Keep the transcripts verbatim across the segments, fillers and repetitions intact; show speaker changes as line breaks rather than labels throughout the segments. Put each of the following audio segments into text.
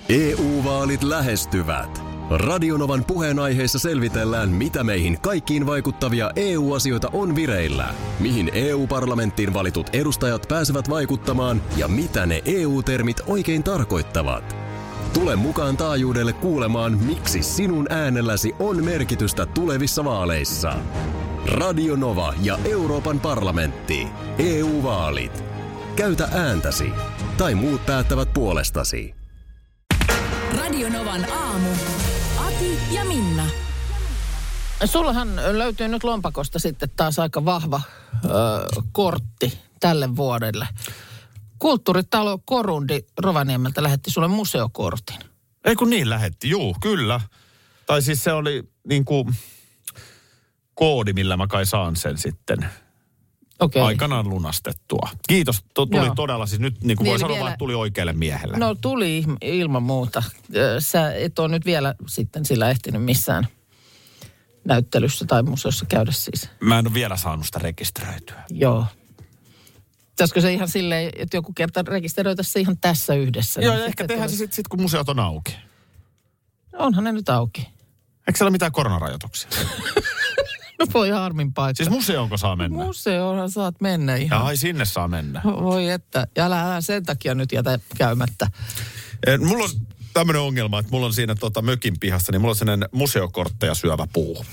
E U-vaalit lähestyvät. Radionovan puheenaiheessa selvitellään, mitä meihin kaikkiin vaikuttavia E U-asioita on vireillä, mihin E U-parlamenttiin valitut edustajat pääsevät vaikuttamaan ja mitä ne E U-termit oikein tarkoittavat. Tule mukaan taajuudelle kuulemaan, miksi sinun äänelläsi on merkitystä tulevissa vaaleissa. Radio Nova ja Euroopan parlamentti. E U-vaalit. Käytä ääntäsi. Tai muut päättävät puolestasi.
Radio Novan aamu. Ati ja Minna.
Sullahan löytyy nyt lompakosta sitten taas aika vahva ö, kortti tälle vuodelle. Kulttuuritalo Korundi Rovaniemeltä lähetti sulle museokortin.
Ei kun niin lähetti, juu, kyllä. Tai siis se oli niin kuin koodi, millä mä kai saan sen sitten
okay.
aikanaan lunastettua. Kiitos, to, tuli
Joo.
todella siis nyt niin kuin voi sanoa,
vielä...
että tuli oikealle miehelle.
No tuli ilman muuta. Sä et ole nyt vielä sitten sillä ehtinyt missään näyttelyssä tai museossa käydä siis.
Mä en ole vielä saanut sitä rekisteröityä.
Joo. Pitäisikö se ihan silleen, että joku kerta rekisteröitäisiin se ihan tässä yhdessä?
Joo,
niin
ja ehkä tehdään
tulee...
se sitten, sit, kun museot on auki.
Onhan ne nyt auki.
Eikö siellä ole mitään koronarajoituksia?
No voi harmin paikka.
Siis museonko saa mennä?
Museoonhan saat mennä ihan.
Ja ai sinne saa mennä.
Voi että, ja älä, älä sen takia nyt jätä käymättä.
Eh, mulla on tämmöinen ongelma, että mulla on siinä tota, mökin pihassa, niin mulla on sellainen museokortteja syövä puu.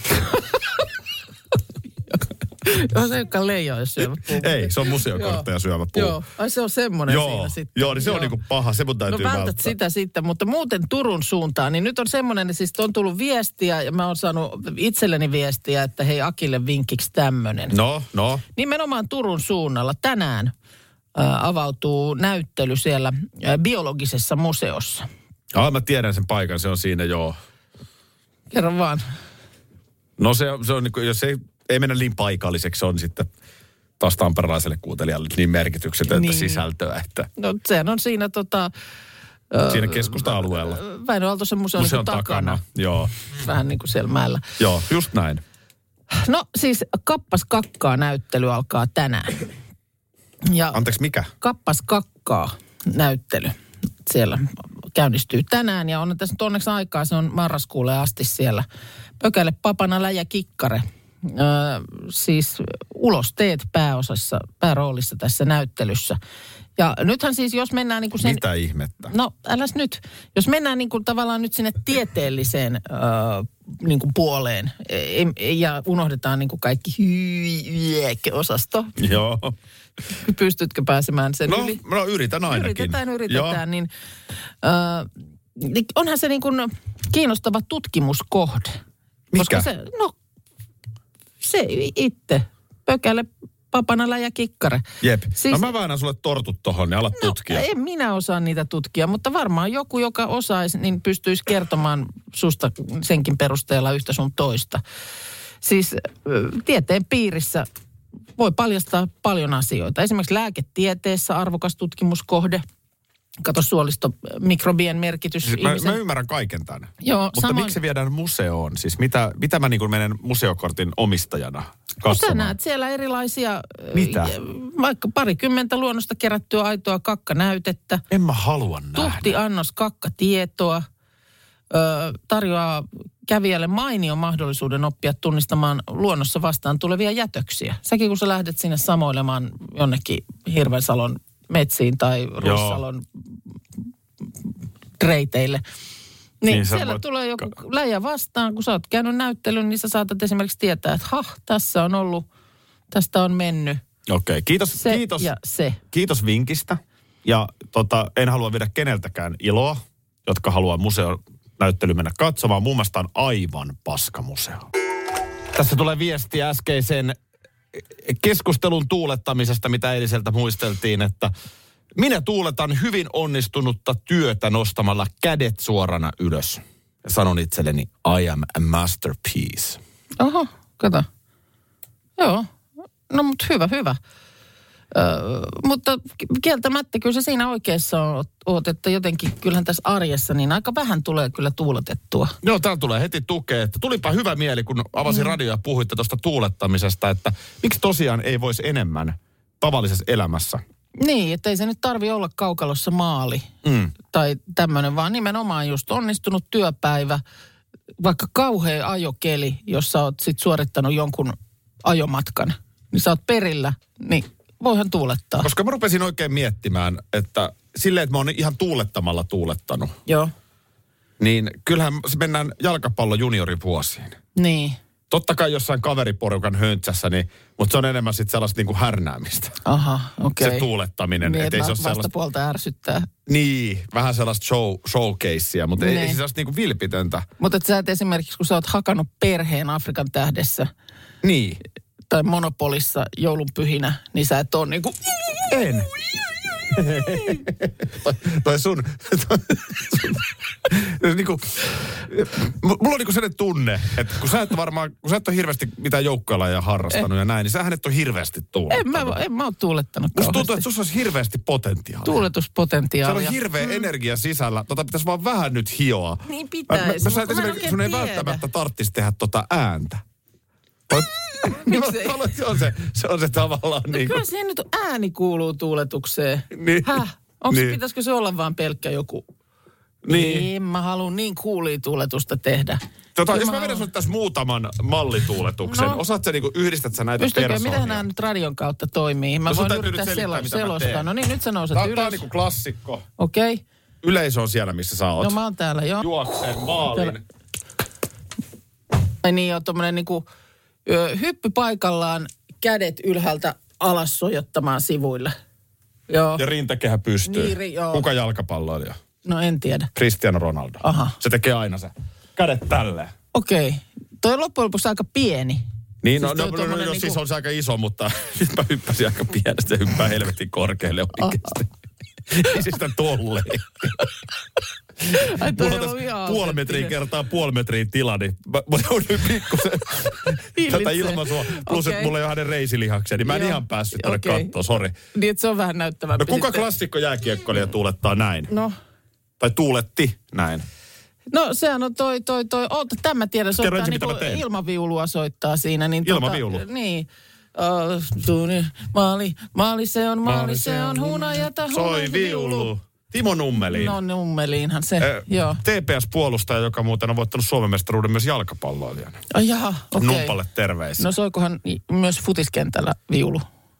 Joo, se ei olekaan leijoja syövä puu.
Ei, se on museokortteja syövä puu.
Joo, ai se on semmoinen
joo,
siinä sitten.
Joo, niin se joo. on niinku paha, se mun täytyy
No vältät
välttää.
sitä sitten, mutta muuten Turun suuntaan, niin nyt on semmoinen, että siis on tullut viestiä ja mä oon saanut itselleni viestiä, että hei Akille vinkiksi tämmöinen.
No, no.
Nimenomaan Turun suunnalla tänään äh, avautuu näyttely siellä äh, biologisessa museossa.
Ah, mä tiedän sen paikan, se on siinä, joo.
Kerro vaan.
No se, se on niinku, jos ei, ei mennä niin paikalliseksi, se on sitten taas tamperelaiselle kuuntelijalle niin merkityksetöntä niin. sisältöä, että...
No sehän on siinä tota...
Siinä keskusta-alueella.
Väinö Aaltosen museon, museon niin takana. takana.
Joo.
Vähän niin kuin siellä mäellä.
Joo, just näin.
No siis Kappas kakkaa näyttely alkaa tänään. Ja
Anteeksi, mikä?
Kappas kakkaa näyttely siellä käynnistyy tänään ja on tässä nyt onneksi aikaa, se on marraskuulle asti siellä. Pökäle papana läjä kikkare. Öö, siis ulosteet pääosassa, pääroolissa tässä näyttelyssä. Ja nythän siis, jos mennään niin kuin sen...
Mitä ihmettä?
No, äläs nyt. Jos mennään niin kuin tavallaan nyt sinne tieteelliseen öö, niin kuin puoleen ja unohdetaan niin kuin kaikki hyi-osasto.
Joo.
Pystytkö pääsemään sen
no,
yli?
No, yritän ainakin.
Yritetään, yritetään. Niin, öö, onhan se niin kuin kiinnostava tutkimuskohde.
Mikä?
Koska se, no, se itse. Pökäle papana läjä kikkare.
Jep.
Siis,
no mä väännän sulle tortut tohon, niin alat
no,
tutkia.
En minä osaa niitä tutkia, mutta varmaan joku, joka osaisi, niin pystyisi kertomaan susta senkin perusteella yhtä sun toista. Siis tieteen piirissä voi paljastaa paljon asioita. Esimerkiksi lääketieteessä arvokas tutkimuskohde. Kato suolistomikrobien merkitys.
Siis mä, mä ymmärrän kaiken tämän.
Joo,
mutta
samoin...
miksi se viedään museoon? Siis mitä, mitä mä niin kuin menen museokortin omistajana katsomaan?
Sä näet siellä erilaisia,
mitä?
Vaikka parikymmentä luonnosta kerättyä aitoa kakkanäytettä.
En mä halua nähdä.
Tuhti annos kakkatietoa. Ö, tarjoaa kävijälle mainio mahdollisuuden oppia tunnistamaan luonnossa vastaan tulevia jätöksiä. Säkin kun sä lähdet sinne samoilemaan jonnekin Hirvensalon metsiin tai Ruissalon reiteille. Niin, niin siellä voit... tulee joku läjä vastaan, kun sä oot käynyt näyttelyn, niin sä saatat esimerkiksi tietää, että ha, tässä on ollut, tästä on mennyt.
Okei, okay, kiitos,
se
kiitos,
ja se.
Kiitos vinkistä. Ja tota, en halua viedä keneltäkään iloa, jotka haluaa museon näyttely mennä katsomaan. Mun mielestä on aivan paskamuseo. Tässä tulee viesti äskeisen keskustelun tuulettamisesta, mitä eiliseltä muisteltiin, että minä tuuletan hyvin onnistunutta työtä nostamalla kädet suorana ylös. Ja sanon itselleni, I am a masterpiece.
Oho, kato. Joo, no mutta hyvä, hyvä. Öö, mutta kieltämättä kyllä se siinä oikeassa on, oot, että jotenkin kyllähän tässä arjessa niin aika vähän tulee kyllä tuuletettua.
Joo, täällä tulee heti tukea, että tulipa hyvä mieli, kun avasin mm. radioa ja puhuitte tuosta tuulettamisesta, että miksi tosiaan ei voisi enemmän tavallisessa elämässä
Niin, että ei se nyt tarvi olla kaukalossa maali
Mm.
tai tämmöinen, vaan nimenomaan just onnistunut työpäivä, vaikka kauhea ajokeli, jos sä oot sit suorittanut jonkun ajomatkan, niin sä oot perillä, niin voihan tuulettaa.
Koska mä rupesin oikein miettimään, että silleen, että mä oon ihan tuulettamalla tuulettanut,
Joo,
niin kyllähän se mennään jalkapallon juniorivuosiin.
niin.
Totta kai jossain kaveriporukan höntsässä, niin, mutta se on enemmän sitten sellaista niinku härnäämistä.
Aha, okei.
Se tuulettaminen.
Niin,
et ei
että
se ole sellaista,
vastapuolta ärsyttää.
niin, vähän sellaista show, showcasea, mutta ei,
Niin.
ei se sellaista niinku vilpitöntä.
Mutta et sä et esimerkiksi, kun sä oot hakannut perheen Afrikan tähdessä
Niin.
tai Monopolissa joulunpyhinä, niin sä et ole niinku...
En. tai sun... sun niinku, mulla on niinku sellainen tunne, että kun sä et varmaan, kun sä et ole hirveästi mitään joukkoilajia harrastanut eh. ja näin, niin sähän et ole hirveästi tuulettanut.
En mä, en mä ole tuulettanut
Musta tuntuu,
kauheasti.
että sussa olisi hirveästi potentiaalia.
Tuuletuspotentiaalia.
Siellä on hirveä mm. energia sisällä. Tota pitäisi vaan vähän nyt hioa.
Niin pitäisi,
Mä, mä, mä
mutta
sä et
mä en
esimerkiksi, sun ei
oikein
välttämättä tarvitsisi tehdä tota ääntä.
Miksei?
Se on se, se on se tavallaan
No
niin kuin...
kyllä siihen nyt ääni kuuluu tuuletukseen.
Niin.
Häh? Onko
Niin.
pitäisikö se olla vaan pelkkä joku...
Niin.
En mä haluan niin kuulia tuuletusta tehdä.
Tota,
Kyllä
jos mä
haluan-
vedän sun tässä muutaman mallituuletuksen,
No.
osaat sä niinku, yhdistät sä näitä
Pystyykö,
persoonia?
miten nämä nyt radion kautta toimii? Mä
No sun
voin
täytyy
yrittää
nyt selittää,
selo-
mitä mä
selostaa.
teen.
No niin, nyt sä nouset
Tää,
ylös.
tää on niinku klassikko.
Okei. Okay.
Yleisö on siellä, missä sä oot.
No mä oon täällä, joo.
Juokseen maalin.
Ai niin, joo, tommonen niinku ö, hyppy paikallaan, kädet ylhäältä alas sojottamaan sivuille. Joo.
Ja rintakehä pystyy.
Niin, ri- joo.
Kuka jalkapalloilija?
No en tiedä.
Cristiano Ronaldo.
Aha.
Se tekee aina se. Kädet tälleen.
Okei. Okay. Toi on loppujen lopuksi aika pieni.
Niin,
Siis
no,
toi
no, no,
tommonen
no, no
niinku-
siis on se aika iso, mutta nyt mä hyppäsin aika pienestä ja hyppään helvetin korkealle oikeasti. Ei siis sitä tolleen.
Ai toi
Mulla on
on
tässä
ihan
puoli metriä
asettinen.
kertaa puoli metriä tila, niin mä, mä joudun pikkusen
Hillitsee.
tätä ilmaisua. Plus,
Okei.
että mulla ei ole hänen reisilihaksia, niin mä en
Joo.
ihan päässyt tuonne
Okei.
kattoon, sori.
Niin, että se on vähän näyttävämpi.
No kuka
sitten.
klassikko jääkiekkoilija tuulettaa näin?
No,
Tai tuuletti näin?
no sehän on toi, toi, toi, oota, tämän mä tiedän,
Kerro
soittaa
ensin, mitä
niinku
mä teen.
ilmaviulua soittaa siinä. Niin
Ilmaviulu?
Tota, niin. Uh, tuuni, maali, maali se on, maali se on, hunajata,
Soi viulu. Timo Nummeliin.
No Nummeliinhan se,
Eh,
joo.
T P S-puolustaja, joka muuten on voittanut Suomen mestaruuden myös jalkapalloilijana.
Ai jaha, okei. Okay.
Numpalle terveisiä.
No soikohan i- myös futiskentällä viulu?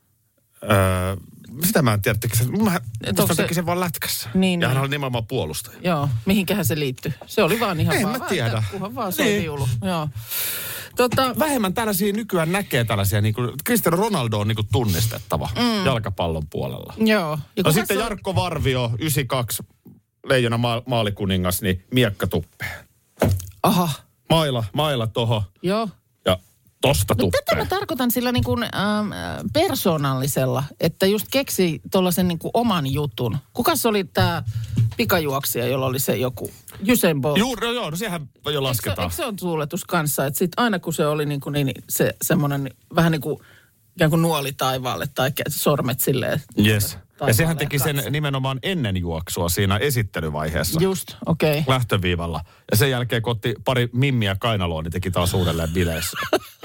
Öö, sitä mä en tiedä, tekisi se. Mä,
onko
se
se-
teki sen vaan lätkässä.
Niin,
ja hän
niin.
oli nimenomaan puolustaja.
Joo, mihinkähän se liittyy? Se oli vaan ihan
En
vaan.
mä tiedä.
Kunhan vaan soi
Niin.
viulu, joo. Tota,
Vähemmän tällaisia nykyään näkee tällaisia, niin kuin Cristiano Ronaldo on niin kuin tunnistettava mm. jalkapallon puolella.
joo. Ja
No
kuka
sitten
se on-
Jarkko Varvio, yhdeksänkymmentäkaksi, Leijona ma- maalikuningas, niin miekka tuppeen.
Aha,
Maila, maila toho
joo.
ja tosta
No, tätä mä
tuppeen.
tarkoitan sillä niin kuin, ähm, persoonallisella, että just keksi tuollaisen niin kuin oman jutun. Kuka se oli tämä pikajuoksija, jolla oli se joku Usain Bolt?
Juuri, no joo, no sehän jo
Eikö se,
lasketaan.
eikö se ole tuuletus kanssa? Että sit aina kun se oli niin kuin niin, se semmoinen vähän niin kuin ikään kuin nuoli taivaalle tai kä- sormet silleen.
Yes. Ja
taivaalle
sehän teki sen
kanssa.
nimenomaan ennen juoksua siinä esittelyvaiheessa.
Just, okei. Okay.
Lähtöviivalla. Ja sen jälkeen, kun otti pari mimmiä kainaloon, niin teki taas uudelleen bileissä.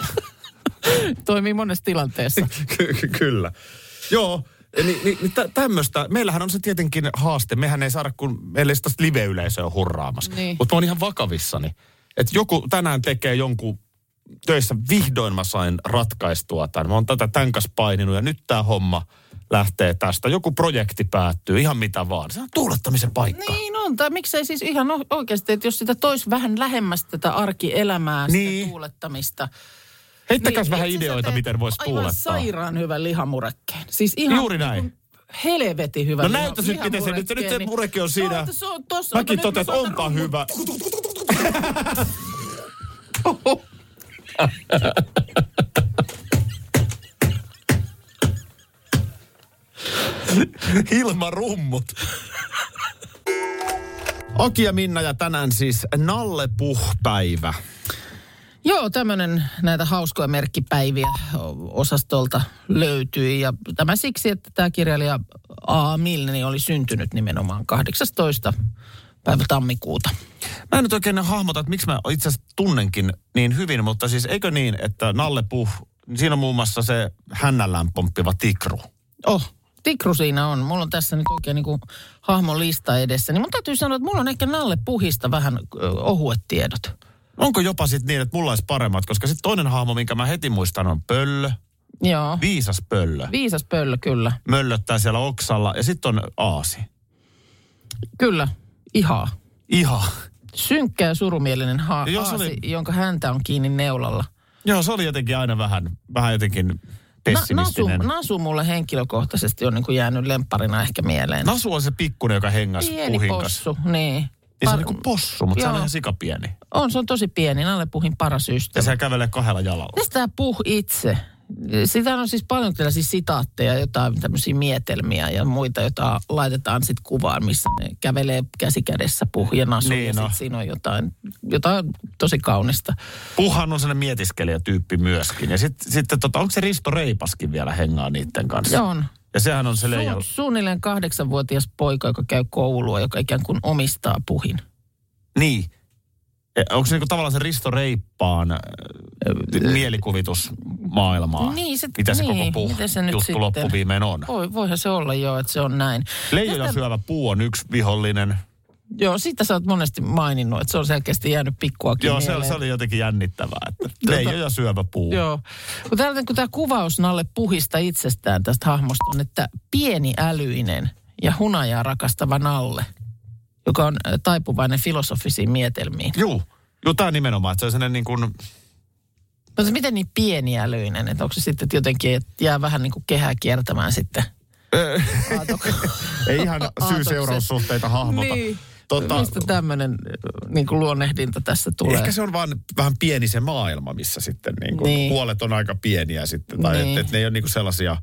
Toimii monessa tilanteessa.
Ky- ky- kyllä. Joo, niin, niin, niin tä- tämmöistä. Meillähän on se tietenkin haaste. Mehän ei saada, kun meillä ei sitä live-yleisöä hurraamassa.
Niin.
Mutta mä oon ihan vakavissani. Että joku tänään tekee jonkun töissä, vihdoin mä sain ratkaistua tämän. Mä oon tätä tän kanssa paininut ja nyt tää homma lähtee tästä. Joku projekti päättyy, ihan mitä vaan. Se on tuulettamisen paikka.
Niin on, tai miksei siis ihan o- oikeasti, että jos sitä toisi vähän lähemmäs tätä arkielämää, sitä
Niin.
tuulettamista.
Heittäkäs vähän
et sä
ideoita,
teet
miten voisi
Aivan
tuulettaa.
sairaan hyvän lihamurekkeen. Siis ihan
Juuri näin.
helvetin hyvä
No
liha-
näytä nyt, miten se nyt, nyt se
lihamurekkeen.
mureke on siinä.
No, se on tossa.
Mäkin
Ota, nyt
totean,
mä
että
saatan
onpa
rummun-
hyvä. Ilmarummut. Aki ja Minna ja tänään siis Nalle Puh-päivä.
Joo, tämmöinen näitä hauskoja merkkipäiviä osastolta löytyi. Ja tämä siksi, että tämä kirjailija A. Milne oli syntynyt nimenomaan kahdeksastoista päivä tammikuuta.
Mä en nyt oikein hahmota, että miksi mä itse asiassa tunnenkin niin hyvin, mutta siis eikö niin, että Nalle Puh, siinä on muun muassa se hännällään pomppiva tikru.
Oh, Tikru siinä on. Mulla on tässä nyt oikein niin kuin hahmon lista edessä. Niin mun täytyy sanoa, että mulla on ehkä Nalle Puhista vähän ö, ohuet tiedot.
Onko jopa sitten niin, että mulla olisi paremmat? Koska sitten toinen hahmo, minkä mä heti muistan, on Pöllö.
Joo.
Viisas Pöllö.
Viisas Pöllö, kyllä.
Möllöttää siellä oksalla. Ja sitten on Aasi.
Kyllä. Ihaa.
Iha.
Synkkä ja surumielinen ha-
Joo, se
Aasi,
oli-
jonka häntä on kiinni neulalla.
Joo, se oli jotenkin aina vähän, vähän jotenkin pessimistinen.
Nasu, Nasu mulle henkilökohtaisesti on niin kuin jäänyt lempparina ehkä mieleen.
Nasu on se pikkunen, joka hengasi
Pieni
Puhin kanssa.
possu, niin.
Niin se on
Par-
niin kuin possu, mutta se on
Joo.
ihan sikapieni.
On, se on tosi pieni. Nalle Puhin paras
Ja
ystävä.
se kävelee kahdella jalalla.
Mitäs tämä Puh itse? Sitä on siis paljon tällaisia sitaatteja, jotain tämmöisiä mietelmiä ja muita, joita laitetaan sitten kuvaan, missä ne kävelee käsikädessä Puh ja Nasu.
Niin,
ja
no.
sitten siinä on jotain, jotain tosi kaunista.
Puhan on sellainen mietiskelijätyyppi myöskin. Ja sitten sit, tota, onko se Risto Reipaskin vielä hengaa niiden kanssa?
Ja on.
Ja sehän on se leija.
Su- suunnilleen kahdeksanvuotias poika, joka käy koulua, joka ikään kuin omistaa Puhin.
Niin. E, Onko se niinku tavallaan se Risto Reippaan äh, mielikuvitusmaailmaa?
Niin, se-
mitä se
niin,
koko Puh
miten se nyt
juttu
sitten-
loppuviimein on?
Voi, voihan se olla jo, että se on näin.
Leijoja
Tästä-
syövä puu on yksi vihollinen.
Joo, siitä sä oot monesti maininnut, että se on selkeästi jäänyt pikkuakin
Joo, se,
mieleen.
se oli jotenkin jännittävää, että leijoja syövä puu.
Joo. Kun täällä kun tämä kuvaus Nalle Puhista itsestään tästä hahmosta on, että pieni älyinen ja hunajaa rakastava Nalle, joka on äh, taipuvainen filosofisiin mietelmiin.
Juu, Juu tämä nimenomaan, että se on sellainen niin kuin,
No se miten niin pieni älyinen, että onko se sitten että jotenkin että jää vähän niin kuin kehää kiertämään sitten? Aatok-
ei ihan syy-seuraussuhteita hahmota.
Niin.
Tota,
Mistä tämmöinen niin kuin luonnehdinta tässä tulee?
Ehkä se on vaan vähän pieni se maailma, missä sitten niin kuin
Niin.
puolet on aika pieniä sitten. Tai
Niin.
että et ne ei ole niin kuin sellaisia,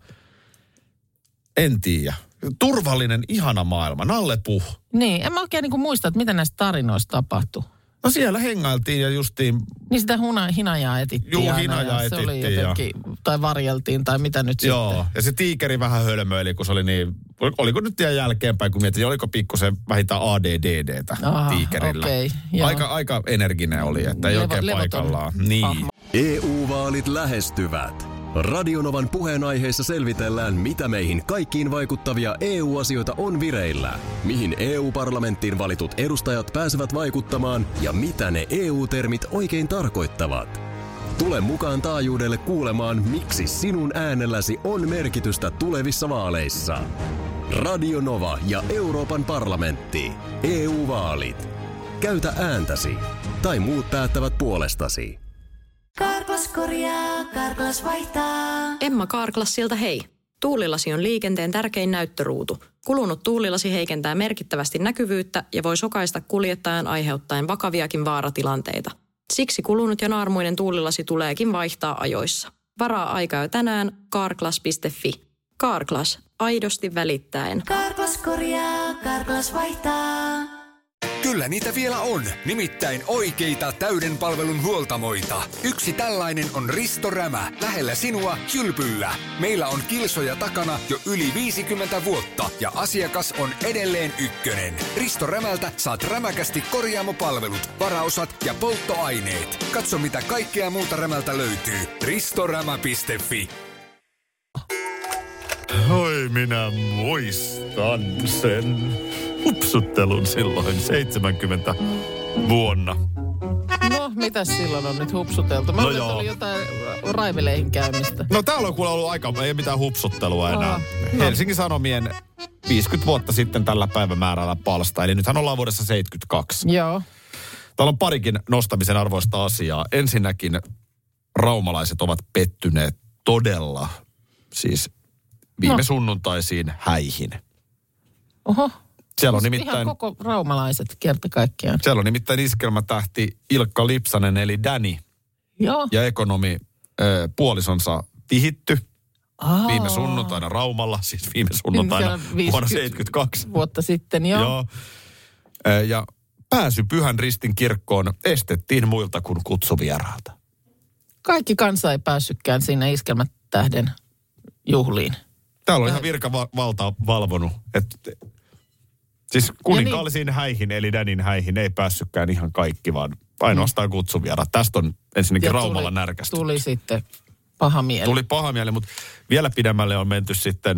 en tiedä. Turvallinen, ihana maailma. Nalle Puh.
Niin, en mä oikein niin kuin muista, että mitä näistä tarinoista tapahtui.
No siellä hengailtiin ja justiin,
Niin sitä huna, hinajaa etittiin
Juu,
aina
hinajaa
ja se oli
etittiin ja-
jotenkin, tai varjeltiin tai mitä nyt
joo.
sitten.
Ja se tiikeri vähän hölmöili, kun se oli niin, oliko nyt vielä jälkeenpäin, kun mietin, oliko pikkusen vähintään A D D D:tä
Aha,
tiikerillä.
okei, joo.
aika, aika energinen oli, että ei
Levo-
oikein
levoton
paikallaan. Niin.
hahmo.
E U-vaalit lähestyvät. Radionovan puheenaiheessa selvitellään, mitä meihin kaikkiin vaikuttavia E U-asioita on vireillä, mihin E U-parlamenttiin valitut edustajat pääsevät vaikuttamaan ja mitä ne E U-termit oikein tarkoittavat. Tule mukaan taajuudelle kuulemaan, miksi sinun äänelläsi on merkitystä tulevissa vaaleissa. Radio Nova ja Euroopan parlamentti. E U-vaalit. Käytä ääntäsi. Tai muut päättävät puolestasi.
Karklas korjaa, Karklas vaihtaa.
Emma Karklassilta hei. Tuulilasi on liikenteen tärkein näyttöruutu. Kulunut tuulilasi heikentää merkittävästi näkyvyyttä ja voi sokaista kuljettajan aiheuttaen vakaviakin vaaratilanteita. Siksi kulunut ja naarmuinen tuulilasi tuleekin vaihtaa ajoissa. Varaa aikaa jo tänään karklas piste fi. Karklas, aidosti välittäen.
Karklas korjaa, Karklas vaihtaa.
Kyllä niitä vielä on, nimittäin oikeita täyden palvelun huoltamoita. Yksi tällainen on Risto Rämä, lähellä sinua, Kylpyllä. Meillä on kilsoja takana jo yli viisikymmentä vuotta ja asiakas on edelleen ykkönen. Risto Rämältä saat rämäkästi korjaamopalvelut, varaosat ja polttoaineet. Katso mitä kaikkea muuta Rämältä löytyy. ristorämä piste fi.
Oi, minä muistan sen hupsuttelun silloin seitsemänkymmentä vuonna.
No, mitäs silloin on nyt hupsuteltu? Mä
No
no
joo.
oli jotain raiveleihin käymistä.
No täällä on kuule ollut aika, ei ole mitään hupsuttelua enää.
Aha, no.
Helsingin Sanomien viisikymmentä vuotta sitten tällä päivämäärällä palsta, eli nythän ollaan vuodessa seitsemänkymmentäkaksi.
Joo.
Täällä on parikin nostamisen arvoista asiaa. Ensinnäkin raumalaiset ovat pettyneet todella, siis viime
No.
sunnuntaisiin häihin.
Oho.
Siellä on
Ihan
nimittäin,
koko raumalaiset kerta kaikkiaan.
siellä on nimittäin iskelmätähti Ilkka Lipsanen eli Danny
Joo.
ja ekonomi ö, puolisonsa vihitty
Aa.
viime sunnuntaina Raumalla, siis viime sunnuntaina
Siellä on
vuonna
viisikymmentä
seitsemänkymmentäkaksi.
Vuotta sitten, joo.
Joo. Ö, Ja pääsy Pyhän Ristin kirkkoon estettiin muilta kuin kutsuvieraalta.
Kaikki kansa ei päässytkään sinne iskelmätähden juhliin.
Täällä on ihan virkavalta valvonut, että siis kuninkaallisiin häihin, eli Danin häihin, ei päässytkään ihan kaikki, vaan ainoastaan kutsuvieraat. Tästä on ensinnäkin
Ja
Raumalla
tuli,
närkästynyt.
Tuli sitten paha mieli.
Tuli paha mieli, mutta vielä pidemmälle on menty sitten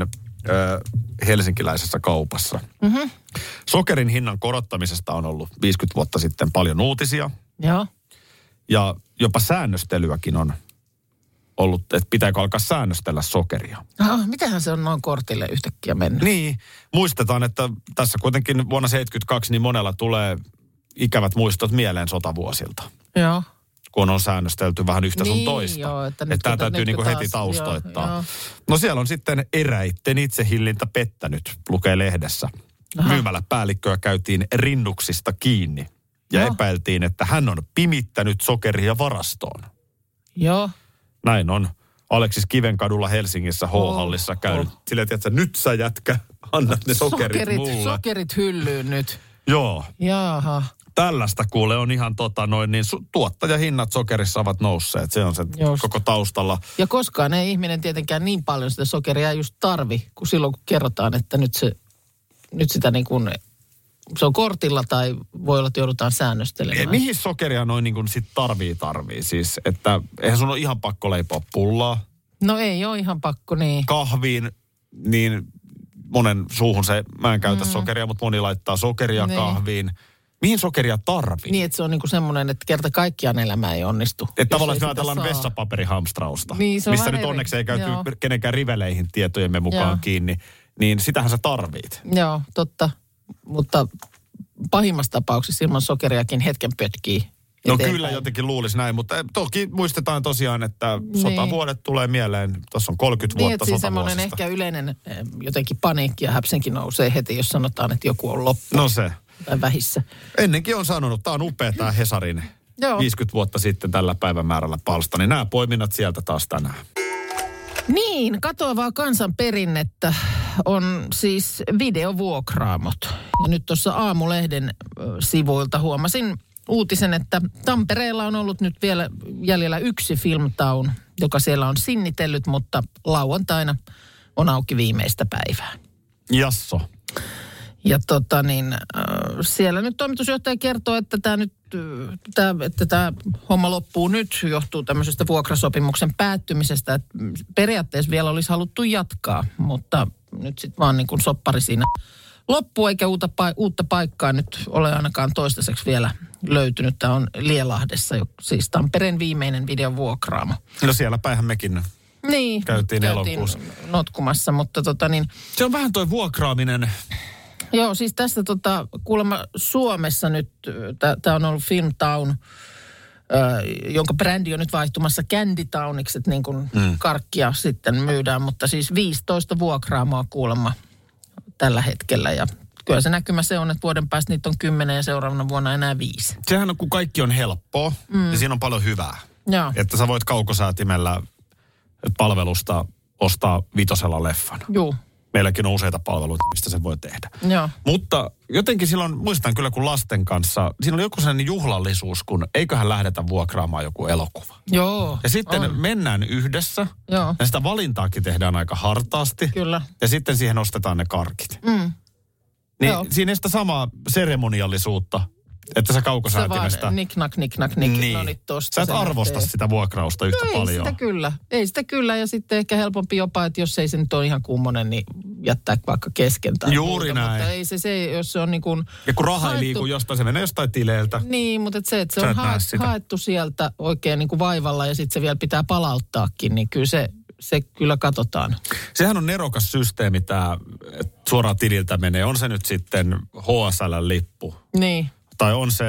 ö, helsinkiläisessä kaupassa. Mm-hmm. Sokerin hinnan korottamisesta on ollut viisikymmentä vuotta sitten paljon uutisia.
Joo.
Ja jopa säännöstelyäkin on ollut, että pitääkö alkaa säännöstellä sokeria.
Oh, mitähän se on noin kortille yhtäkkiä mennyt?
Niin, muistetaan, että tässä kuitenkin vuonna seitsemänkymmentäkaksi niin monella tulee ikävät muistot mieleen sotavuosilta.
Joo.
Kun on säännöstelty vähän yhtä
niin,
sun toista.
Joo, että
että tämä täytyy niinku
taas,
heti taustoittaa.
Joo, joo.
No siellä on sitten eräitten itsehillintä pettänyt, lukee lehdessä. Aha. Myymäläpäällikköä käytiin rinnuksista kiinni. Ja no. epäiltiin, että hän on pimittänyt sokeria varastoon.
Joo.
Näin on Aleksis Kivenkadulla Helsingissä H-hallissa oh, käynyt. Oh. Silleen, että nyt sä jätkä, annat ne sokerit, sokerit mulle.
Sokerit hyllyyn nyt.
Joo.
Jaha.
Tällaista kuule on ihan tota noin, niin su- tuottajahinnat sokerissa ovat nousseet. Se on se just. Koko taustalla.
Ja koskaan ei ihminen tietenkään niin paljon sitä sokeria just tarvi, kuin silloin kun kerrotaan, että nyt, se, nyt sitä niin kuin, se on kortilla tai voi olla, että joudutaan säännöstelemään.
Mihin sokeria noin niin kuin sit tarvii tarvii? Siis, että eihän sun ole ihan pakko leipoa pullaa.
No ei ole ihan pakko, niin.
Kahviin, niin monen suuhun se, mä en käytä mm. sokeria, mutta moni laittaa sokeria niin. kahviin. Mihin sokeria tarvii?
Niin, että se on niinku semmoinen, että kerta kaikkiaan elämä ei onnistu.
Että tavallaan me ajatellaan vessapaperihamstrausta,
niin, missä
nyt onneksi ei käyty Joo. kenenkään riveleihin tietojemme mukaan Joo. kiinni, niin sitähän sä tarvit.
Joo, totta. Mutta pahimmassa tapauksessa ilman sokeriakin hetken pötkii eteenpäin.
No kyllä jotenkin luulisi näin, mutta toki muistetaan tosiaan, että niin. sotavuodet tulee mieleen. Tuossa on kolmekymmentä
niin,
vuotta
siis
sotavuosista.
Semmoinen ehkä yleinen jotenkin paniikki ja häpsenkin nousee heti, jos sanotaan, että joku on loppu.
No se.
Tai vähissä.
Ennenkin on sanonut, tämä on upea tämä Hesarin
Joo.
viisikymmentä vuotta sitten tällä päivämäärällä palsta, niin nämä poiminnat sieltä taas tänään.
Niin, katoavaa kansanperinnettä on siis videovuokraamot. Ja nyt tuossa Aamulehden sivuilta huomasin uutisen, että Tampereella on ollut nyt vielä jäljellä yksi Filmtown, joka siellä on sinnitellyt, mutta lauantaina on auki viimeistä päivää.
Jasso.
Ja tota niin, äh, siellä nyt toimitusjohtaja kertoo, että tämä nyt, tää, että tämä homma loppuu nyt, johtuu tämmöisestä vuokrasopimuksen päättymisestä. Että periaatteessa vielä olisi haluttu jatkaa, mutta nyt sitten vaan niin kuin soppari siinä loppuu, eikä uutta, uutta paikkaa nyt ole ainakaan toistaiseksi vielä löytynyt. Tämä on Lielahdessa, siis Tampereen viimeinen videovuokraamo.
No siellä päinhän mekin
niin,
käytiin, käytiin elokuussa
notkumassa, mutta tota niin.
Se on vähän toi vuokraaminen.
Joo, siis tässä tota, kuulemma Suomessa nyt, tämä on ollut Filmtown, äh, jonka brändi on nyt vaihtumassa Candy Towniksi, että niin kuin mm. karkkia sitten myydään, mutta siis viisitoista vuokraamoa kuulemma tällä hetkellä ja kyllä se näkymä se on, että vuoden päästä niitä on kymmenen ja seuraavana vuonna enää viisi.
Sehän on, kun kaikki on helppoa mm. ja siinä on paljon hyvää.
Joo.
Että sä voit kaukosäätimellä palvelusta ostaa vitosella leffan.
Joo.
Meilläkin on useita palveluita, mistä se voi tehdä.
Joo.
Mutta jotenkin silloin, muistan kyllä kun lasten kanssa, siinä oli joku sellainen juhlallisuus, kun eiköhän lähdetä vuokraamaan joku elokuva.
Joo.
Ja sitten
on.
mennään yhdessä.
Joo.
Ja sitä valintaakin tehdään aika hartaasti.
Kyllä.
Ja sitten siihen ostetaan ne karkit.
Mm.
Niin
Joo.
siinä ei sitä samaa seremoniallisuutta, että sä kaukosäätimestä.
Se vaan niknak, niknak, nik.
Niin.
No niin, tosta
sä et arvosta
lähtee.
sitä vuokrausta yhtä
no, ei
paljon.
Ei sitä kyllä. Ei sitä kyllä. Ja sitten ehkä helpompi jopa, että jos ei se nyt ole ihan kummonen, niin jättää vaikka kesken tai
Juuri
muuta.
näin.
Mutta ei se, se jos se on niin kuin
ja kun raha
haettu,
ei liiku jostain, se menee jostain tileiltä.
Niin, mutta et se, että se
Sä
on
et näe
haettu,
sitä.
haettu sieltä oikein niin kuin vaivalla ja sitten se vielä pitää palauttaakin, niin kyllä se, se kyllä katsotaan.
Sehän on nerokas systeemi tämä, että suoraan tililtä menee. On se nyt sitten H S L-lippu.
Niin.
Tai on se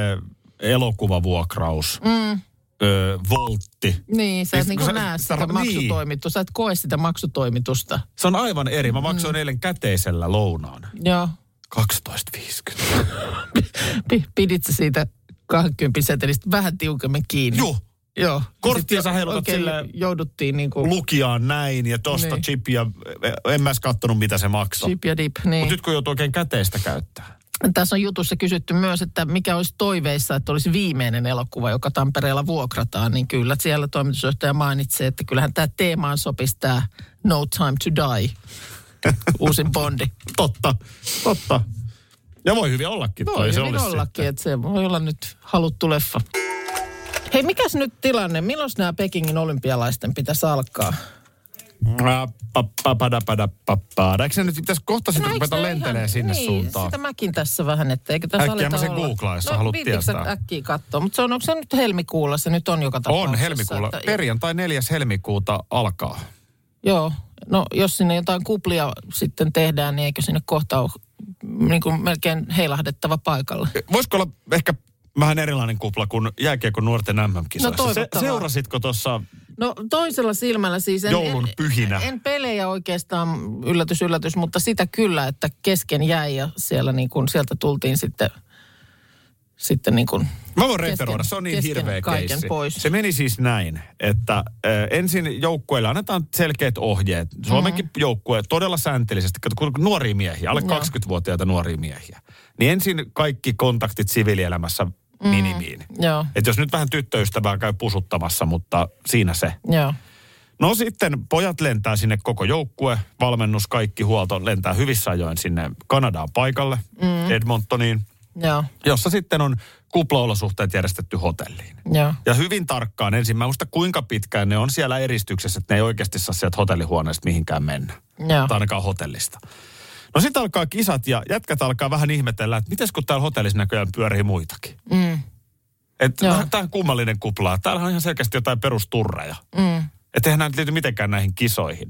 elokuvavuokraus.
Mm.
Öö, voltti.
Niin, sä et
Siis,
niin
kun
kuin
sä-
näe
sä-
sitä
niin.
maksutoimitusta. Sä et koe sitä maksutoimitusta.
Se on aivan eri. Mä maksoin mm. eilen käteisellä lounaan.
Joo.
kaksitoista viisikymmentä.
P- Pidit sä siitä kaksikymmentä setelistä vähän tiukemmin kiinni?
Joo.
Joo.
Korttia
Sitten
sä heilutat
oikein
silleen-
jouduttiin niin kuin
Lukijaan näin ja tosta
Niin.
chip ja en mä edes kattonut mitä se maksoi.
chip ja dip. Niin.
Mutta nyt kun joutuu oikein käteistä käyttää.
Tässä on jutussa kysytty myös, että mikä olisi toiveissa, että olisi viimeinen elokuva, joka Tampereella vuokrataan. Niin kyllä siellä toimitusjohtaja mainitsee, että kyllähän tämä teemaan sopisi tämä No Time to Die, uusin Bondi.
Totta, totta. Ja voi hyvin ollakin toi.
Voi
se
hyvin
olisi
ollakin,
sitten.
että se voi olla nyt haluttu leffa. Hei, mikäs nyt tilanne? Milloin nämä Pekingin olympialaisten pitäisi alkaa?
Eikö se nyt pitäisi kohta sitten
No,
ruveta
eikö se
lentelee
ihan-
sinne
niin,
suuntaan?
sitä mäkin tässä vähän, että eikö tässä
Äkkiä
aleta
mä sen
olla.
googlaan, jos sä
no,
haluat
viittiinkö
tietää.
sä äkkiä katsoa, mutta se on, onko se nyt helmikuulla, se nyt on joka tapauksessa.
On helmikuulla.
Että-
Perjantai neljäs helmikuuta alkaa.
Joo, no jos sinne jotain kuplia sitten tehdään, niin eikö sinne kohta ole niin kuin melkein heilahdettava paikalle?
Voisiko olla ehkä vähän erilainen kupla kuin jääkiekon nuorten M M-kisoissa?
No
Se,
toivottavaa.
seurasitko tuossa
No toisella silmällä siis. En,
joulun pyhinä?
En, en pelejä oikeastaan, yllätys, yllätys, mutta sitä kyllä, että kesken jäi ja siellä niin kuin, sieltä tultiin sitten, sitten niin kuin
Mä voin referoida, se on niin
kesken
hirveä
kaiken
keissi.
pois.
Se meni siis näin, että äh, ensin joukkueille annetaan selkeät ohjeet. Suomenkin mm-hmm. joukkue todella säntillisesti, kun nuoria miehiä, alle
Joo.
kaksikymmentävuotiaita nuoria miehiä. Niin ensin kaikki kontaktit siviilielämässä minimiin.
Joo,
Että jos nyt vähän tyttöystävää käy pusuttamassa, mutta siinä se.
joo.
No sitten pojat lentää sinne koko joukkue, valmennus, kaikki huolto lentää hyvissä ajoin sinne Kanadaan paikalle, mm. Edmontoniin,
Joo,
jossa sitten on kuplaolosuhteet järjestetty hotelliin.
joo.
Ja hyvin tarkkaan ensin, mä en muista kuinka pitkään ne on siellä eristyksessä, että ne ei oikeasti saa sieltä hotellihuoneesta mihinkään mennä.
Joo.
Tai ainakaan hotellista. No sitten alkaa kisat ja jätkät alkaa vähän ihmetellä, että mites kun täällä hotellissa näköjään pyörii muitakin.
Mm,
Että
Joo.
tämä on kummallinen kupla. Täällä on ihan selkeästi jotain perusturreja.
mm.
Että eihän nämä nyt liity mitenkään näihin kisoihin.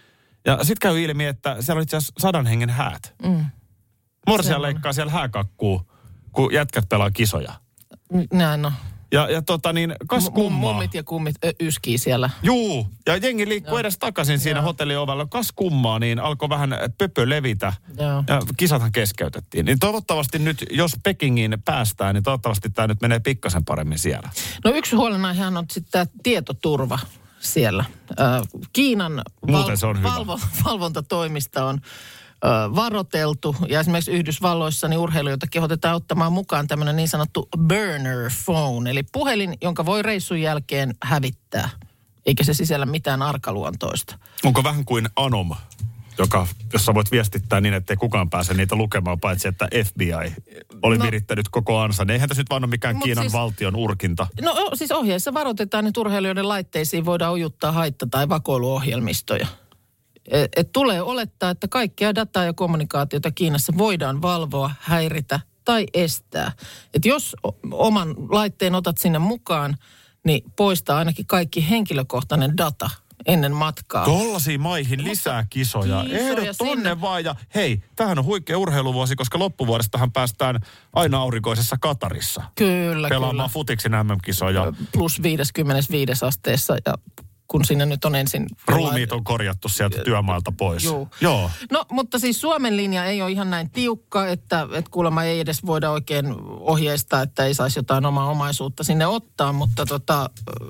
Ja sitten käy ilmi, että siellä on itse asiassa sadan hengen häät.
Mm.
Morsia
Semmoinen.
leikkaa siellä hääkakkuu, kun jätkät pelaa kisoja.
Näin on.
Ja, ja tota niin, kas
M-
kummaa.
mummit ja kummit ö, yskii siellä.
Juu, ja jengi liikkuu
Joo.
edes takaisin siinä
Joo.
hotelliovella. Kas kummaa, niin alkoi vähän pöpö levitä.
Joo.
Ja kisathan keskeytettiin. Niin toivottavasti nyt, jos Pekingiin päästään, niin toivottavasti tämä nyt menee pikkasen paremmin siellä.
No yksi huolenaihehan on sitten tämä tietoturva siellä. Äh, Kiinan
Muuten se on hyvä.
valvo, valvontatoimista on äh, varoteltu. Ja esimerkiksi Yhdysvalloissa niin urheilijoita kehotetaan ottamaan mukaan tämmöinen niin sanottu burner phone. Eli puhelin, jonka voi reissun jälkeen hävittää. Eikä se sisällä mitään arkaluontoista.
Onko vähän kuin Anom, joka, jossa voit viestittää niin, ettei kukaan pääse niitä lukemaan, paitsi että F B I oli
No.
virittänyt koko ansa. Niin eihän tässä nyt vaan ole mikään
Mut
Kiinan
siis-
valtion urkinta.
No siis ohjeissa varoitetaan, että urheilijoiden laitteisiin voidaan ujuttaa haitta- tai vakoiluohjelmistoja. Et, et tulee olettaa, että kaikkea dataa ja kommunikaatiota Kiinassa voidaan valvoa, häiritä tai estää. Et jos o- oman laitteen otat sinne mukaan, niin poistaa ainakin kaikki henkilökohtainen data ennen matkaa.
Tollaisiin maihin lisää kisoja.
Kisoja
Ehdot tonne
sinne.
vaan. Ja hei, tämähän on huikea urheiluvuosi, koska loppuvuodestahan päästään aina aurinkoisessa Katarissa.
Kyllä,
Pelaamaan
kyllä.
futiksen M M-kisoja.
Plus viisikymmentäviisi asteessa ja kun sinne nyt on ensin...
Ruumiit on korjattu sieltä työmaalta pois.
Juu.
Joo.
No, mutta siis Suomen linja ei ole ihan näin tiukka, että, että kuulemma ei edes voida oikein ohjeistaa, että ei saisi jotain omaa omaisuutta sinne ottaa, mutta, tota,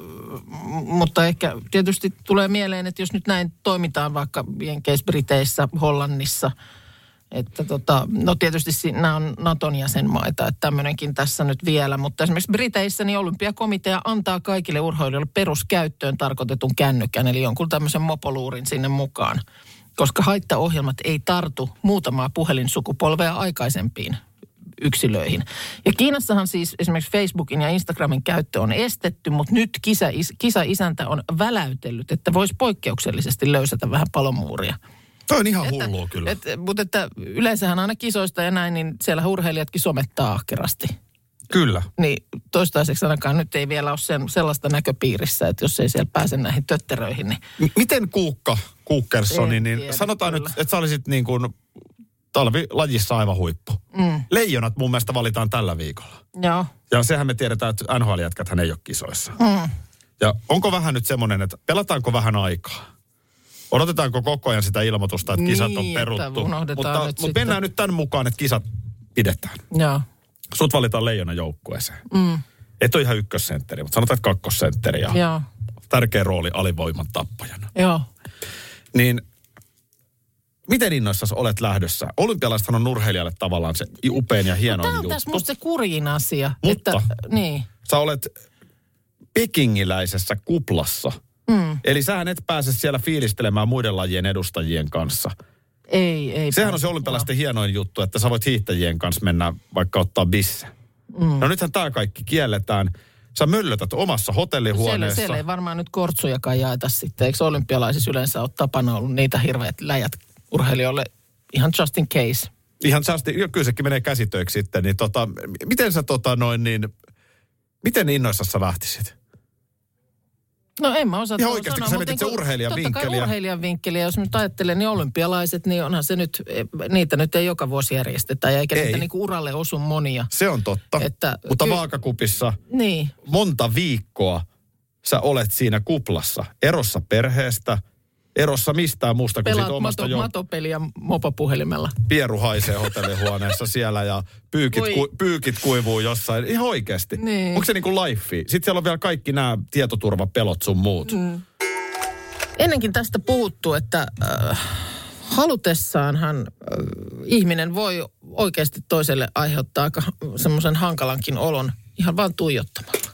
äh, mutta ehkä tietysti tulee mieleen, että jos nyt näin toimitaan vaikka Jenkeissä, Briteissä, Hollannissa, että tota, no tietysti si- nämä on Naton jäsenmaita, että tämmöinenkin tässä nyt vielä, mutta esimerkiksi Briteissä niin olympiakomitea antaa kaikille urheilijoille peruskäyttöön tarkoitetun kännykän, eli jonkun tämmöisen mopoluurin sinne mukaan, koska haittaohjelmat ei tartu muutamaa puhelinsukupolvea aikaisempiin yksilöihin. Ja Kiinassahan siis esimerkiksi Facebookin ja Instagramin käyttö on estetty, mutta nyt kisa, kisa-isäntä on väläytellyt, että voisi poikkeuksellisesti löysätä vähän palomuuria.
Toi on ihan
Että-
hullua kyllä.
Et, mutta että yleensähän aina kisoista ja näin, niin siellä urheilijatkin somettaa ahkerasti.
Kyllä.
Niin toistaiseksi ainakaan nyt ei vielä ole sen, sellaista näköpiirissä, että jos ei siellä pääse näihin tötteröihin, niin
M- Miten Kuukka, Kuukkerssoni,
En
niin
tiedä,
sanotaan
kyllä.
nyt, että sä olisit niin kuin talvilajissa aivan huippu.
Mm.
Leijonat mun mielestä valitaan tällä viikolla.
joo.
Ja sehän me tiedetään, että N H L-jätkäthän ei ole kisoissa.
Mm.
Ja onko vähän nyt semmoinen, että pelataanko vähän aikaa? Odotetaanko koko ajan sitä ilmoitusta, että kisat on
Niin, että
peruttu?
unohdetaan
Mutta,
nyt
mutta
sitten.
mennään nyt tämän mukaan, että kisat pidetään.
Joo.
Sut valitaan leijona joukkueeseen.
Mm.
Et ole ihan ykkössentteri, mutta sanotaan, että kakkosentteri ja
Joo.
tärkeä rooli alivoiman tappajana.
Joo.
Niin miten innoissasi olet lähdössä? Olympialaisethan on urheilijalle tavallaan se upein ja hienoin
Tämä on
juttu.
tässä musta se kurjin asia.
Mutta-
Että, niin.
Sä olet pekingiläisessä kuplassa.
Mm.
Eli sähän et pääse siellä fiilistelemään muiden lajien edustajien kanssa.
Ei, ei.
Sehän on
pääse.
se olympialaisten hienoin juttu, että sä voit hiihtäjien kanssa mennä vaikka ottaa bisse.
Mm.
No nythän tää kaikki kielletään. Sä möllötät omassa hotellihuoneessa.
Siellä, siellä ei varmaan nyt kortsujakaan jaeta sitten. Eikö olympialaisissa yleensä ole tapana ollut niitä hirveät läjät urheilijoille ihan just in case?
Ihan just, kyllä sekin menee käsitöiksi sitten. Niin tota, miten sä tota noin niin, miten innoissasi sä lähtisit?
No en mä osaa
ihan oikeasti, kun sä mietit se urheilijan
totta
vinkkeliä.
Totta kai urheilijan vinkkeliä. Jos nyt ajattelen, niin olympialaiset, niin onhan se nyt, niitä nyt ei joka vuosi järjestetä. Ja eikä ei. Niitä niinku uralle osu monia.
Se on totta. Että, mutta ky- vaakakupissa niin. monta viikkoa sä olet siinä kuplassa. Erossa perheestä, erossa mistään muusta kuin siitä omasta
mato,
jo...
matopeliä mopopuhelimella.
Pieru haisee hotellihuoneessa siellä ja pyykit, ku, pyykit kuivuu jossain. Ihan oikeasti. Niin. Onko se niin kuin lifea? Sitten siellä on vielä kaikki nämä tietoturvapelot sun muut. Mm.
Ennenkin tästä puhuttu, että äh, halutessaanhan äh, ihminen voi oikeasti toiselle aiheuttaa aika semmoisen hankalankin olon ihan vaan tuijottamalla.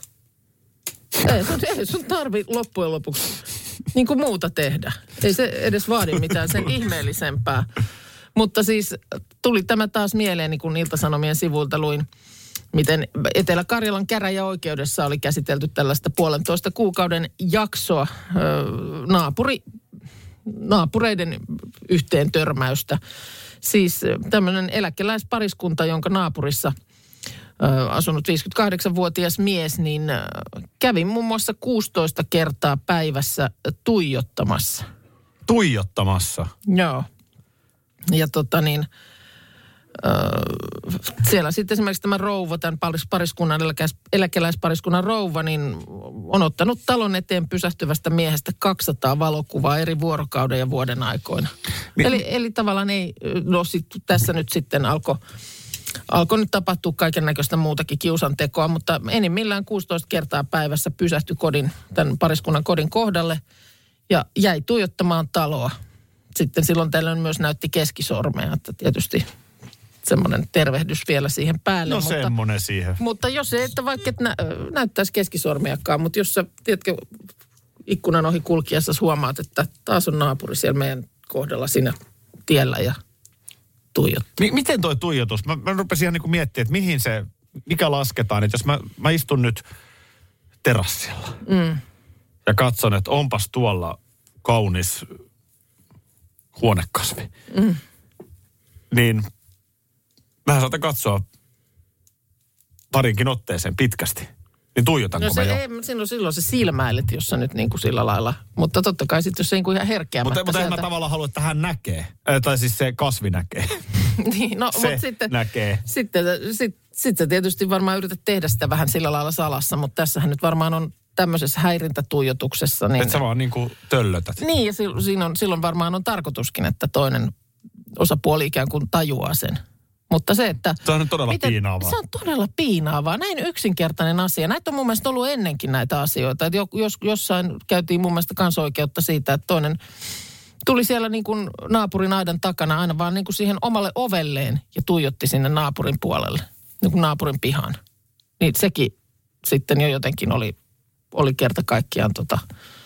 Ei sun, ei sun tarvi loppujen lopuksi niin kuin muuta tehdä. Ei se edes vaadi mitään sen ihmeellisempää. Mutta siis tuli tämä taas mieleen, niin kuin Ilta-Sanomien sivuilta luin, miten Etelä-Karjalan käräjäoikeudessa oli käsitelty tällaista puolentoista kuukauden jaksoa naapuri, naapureiden yhteen törmäystä. Siis tämmöinen eläkeläispariskunta, jonka naapurissa asunut viisikymmentäkahdeksanvuotias mies, niin kävi muun muassa kuusitoista kertaa päivässä tuijottamassa.
Tuijottamassa?
Joo. Ja tota niin, äh, siellä sitten esimerkiksi tämä rouva, tämän pariskunnan, eläkeläispariskunnan rouva, niin on ottanut talon eteen pysähtyvästä miehestä kaksisataa valokuvaa eri vuorokauden ja vuoden aikoina. Mi- eli, eli tavallaan ei, no sit, tässä nyt sitten alkoi Alkoi nyt tapahtua kaiken näköistä muutakin kiusantekoa, mutta enimmillään kuusitoista kertaa päivässä pysähtyi kodin, tämän pariskunnan kodin kohdalle ja jäi tuijottamaan taloa. Sitten silloin tällöin myös näytti keskisormea, että tietysti semmoinen tervehdys vielä siihen päälle.
No
mutta,
semmoinen siihen.
Mutta jos ei, että vaikka et nä, näyttäisi keskisormiakaan, mutta jos sä, tiedätkö, ikkunan ohi kulkiessa huomaat, että taas on naapuri siellä meidän kohdalla siinä tiellä ja tuijottaa.
M- miten toi tuijotus? Mä, mä rupesin ihan niin kuin miettimään, että mihin se, mikä lasketaan. Että jos mä, mä istun nyt terassilla mm. ja katson, että onpas tuolla kaunis huonekasvi, mm. niin mä saatan katsoa parinkin otteeseen pitkästi. Niin tuijotanko
no se,
mä jo?
Ei, silloin, silloin se silmäilet, jos sä nyt niin kuin sillä lailla. Mutta totta kai sitten, jos se niin kuin ihan herkeämättä.
Mutta, mutta en mä tavallaan halua, että hän näkee. Äh, tai siis se kasvi näkee.
niin, no,
se
mutta sitten,
näkee.
Sitten sit, sit sä tietysti varmaan yrität tehdä sitä vähän sillä lailla salassa, mutta tässähän nyt varmaan on tämmöisessä häirintätuijotuksessa. Niin,
että sä vaan niin kuin töllötät.
Niin, ja silloin, on, silloin varmaan on tarkoituskin, että toinen osapuoli ikään kuin tajuaa sen. Mutta se, että...
Se on todella miten, piinaavaa.
Se on todella piinaavaa. Näin yksinkertainen asia. Näitä on mun mielestä ollut ennenkin näitä asioita. Että jos, jossain käytiin mun mielestä kansoikeutta siitä, että toinen tuli siellä niin kuin naapurin aidan takana aina vaan niin kuin siihen omalle ovelleen ja tuijotti sinne naapurin puolelle, niin kuin naapurin pihaan. Niin sekin sitten jo jotenkin oli, oli kerta kaikkiaan tota,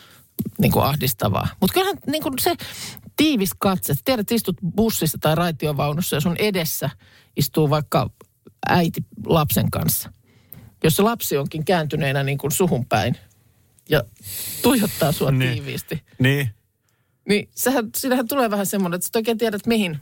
niin kuin ahdistavaa. Mutta kyllähän niin kuin se tiivis katse. Tiedät, istut bussissa tai raitiovaunussa ja sun edessä istuu vaikka äiti lapsen kanssa. Jos se lapsi onkin kääntyneenä niin kuin suhun päin ja tuijottaa sua niin. tiiviisti.
Niin.
Niin sehän, siinähän tulee vähän semmoinen, että sä oikein tiedät mihin.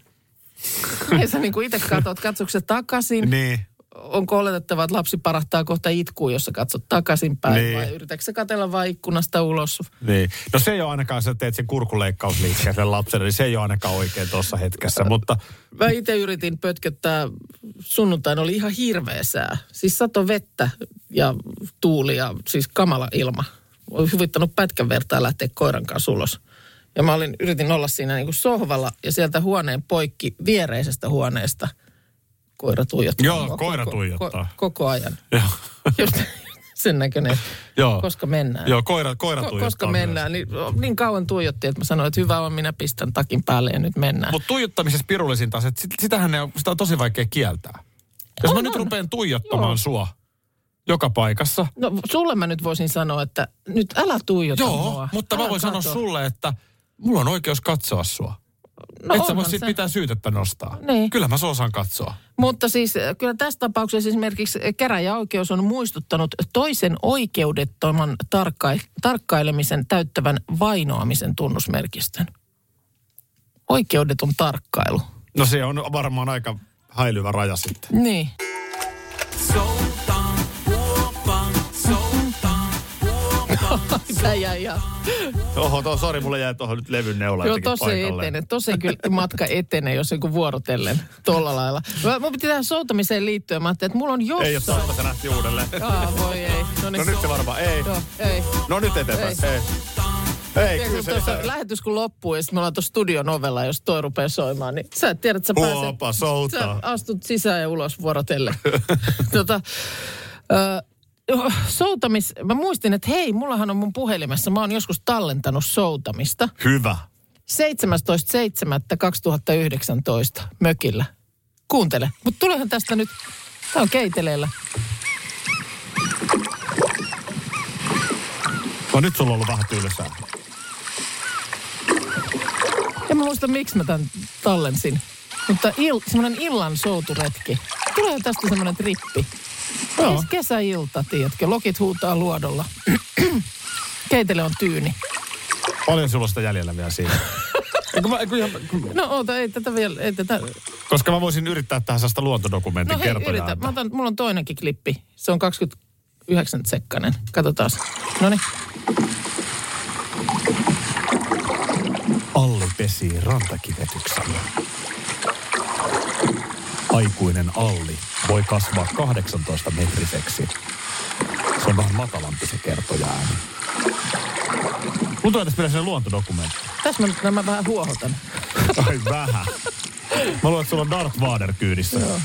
Mihin sä niin kuin itse katsot, katsotko sä takaisin.
Niin.
Onko oletettava, että lapsi parahtaa kohta itkuun, jos sä katsot takaisinpäin niin. vai yritätkö sä katsella vaan ikkunasta ulos?
Niin. No se ei ole ainakaan, sä teet sen kurkuleikkausliikkeen sen lapselle, niin se ei ole ainakaan oikein tuossa hetkessä, mutta...
Mä itse yritin pötköttää, sunnuntaina oli ihan hirveä sää. Siis sato vettä ja tuuli ja siis kamala ilma. Olen huvittanut pätkän vertaa lähteä koiran kanssa ulos. Ja mä olin, yritin olla siinä niin kuin sohvalla ja sieltä huoneen poikki viereisestä huoneesta koira tuijottaa.
Joo, koko, koira tuijottaa.
Koko, koko ajan.
Joo.
Just sen näköinen,
Joo.
koska mennään.
Joo, koira, koira
Ko,
tuijottaa.
Koska mennään, niin, niin kauan tuijotti, että mä sanoin, että hyvä on, minä pistän takin päälle ja nyt mennään.
Mutta tuijottamisessa pirullisin taas, että sit, sitähän ne on, sitä on tosi vaikea kieltää. Jos on, mä on. nyt rupean tuijottamaan Joo. sua joka paikassa.
No sulle mä nyt voisin sanoa, että nyt älä tuijota
Joo,
mua.
mutta
älä
mä voin
katso.
sanoa sulle, että mulla on oikeus katsoa sua.
No
et sä
onhan
voi sit
se.
mitään syytettä nostaa.
Niin.
Kyllä mä se osaan katsoa.
Mutta siis äh, kyllä tässä tapauksessa esimerkiksi käräjäoikeus on muistuttanut toisen oikeudettoman tarkka- tarkkailemisen täyttävän vainoamisen tunnusmerkistön. Oikeudeton tarkkailu.
No se on varmaan aika häilyvä raja sitten.
Niin. Tää jäi ihan.
Oho, to, sori, mulle jäi tuohon nyt levyn neula
Joo,
jotenkin
tosi ei
paikalleen.
etene. Tosi ei kyllä matka etene, jos joku vuorotellen tolla lailla. Mä, mun piti tähän soutamiseen liittyen. Mä ajattelin, että mulla on jossain...
Ei ole totta, se lähti uudelleen.
Aa, voi ei.
No nyt se varmaan, ei.
Joo, ei.
No nyt eteenpäin,
Ei.
ei. Ei,
Ja
kyllä
kun
se...
tuossa lähetys kun loppuu ja sitten me ollaan tuossa studion ovella, jos toi rupeaa soimaan, niin sä et tiedä, että sä pääset...
Huopa, soutaa.
Sä astut sisään ja ulos vuorotellen. tota, ö, soutamis... Mä muistin, että hei, mullahan on mun puhelimessa, mä oon joskus tallentanut soutamista.
Hyvä.
seitsemästoista seitsemättä kaksituhattayhdeksäntoista mökillä. Kuuntele. Mutta tulehan tästä nyt... Tää on keiteleellä.
No nyt sulla on ollut vähän tylsää.
En mä muista, miksi mä tämän tallensin. Mutta il, semmoinen illan souturetki. Tulee tästä semmoinen trippi.
Joo.
Kes, kesäilta, tiedätkö? Lokit huutaa luodolla. Keitele on tyyni.
Paljon sulla on sitä jäljellä vielä siinä. Eikö mä, eikö ihan,
No oota, ei tätä vielä, ei tätä...
koska mä voisin yrittää tähän sellaista luontodokumentin
No hei,
kertojaa.
yritä. Mä otan, mulla on toinenkin klippi. Se on kaksikymmentäyhdeksän sekkainen. Katsotaan. Noniin.
Alli pesii rantakivetyksellä. Aikuinen Alli voi kasvaa kahdeksantoista metriseksi. Se on vähän matalampi se kertoja-ääni. Mun tulee tässä vielä sellainen luontodokumentti.
Tässä mä nyt nämä vähän huohotan.
Ai vähän. Mä luulen, että sulla on Darth Vader kyydissä.
Joo.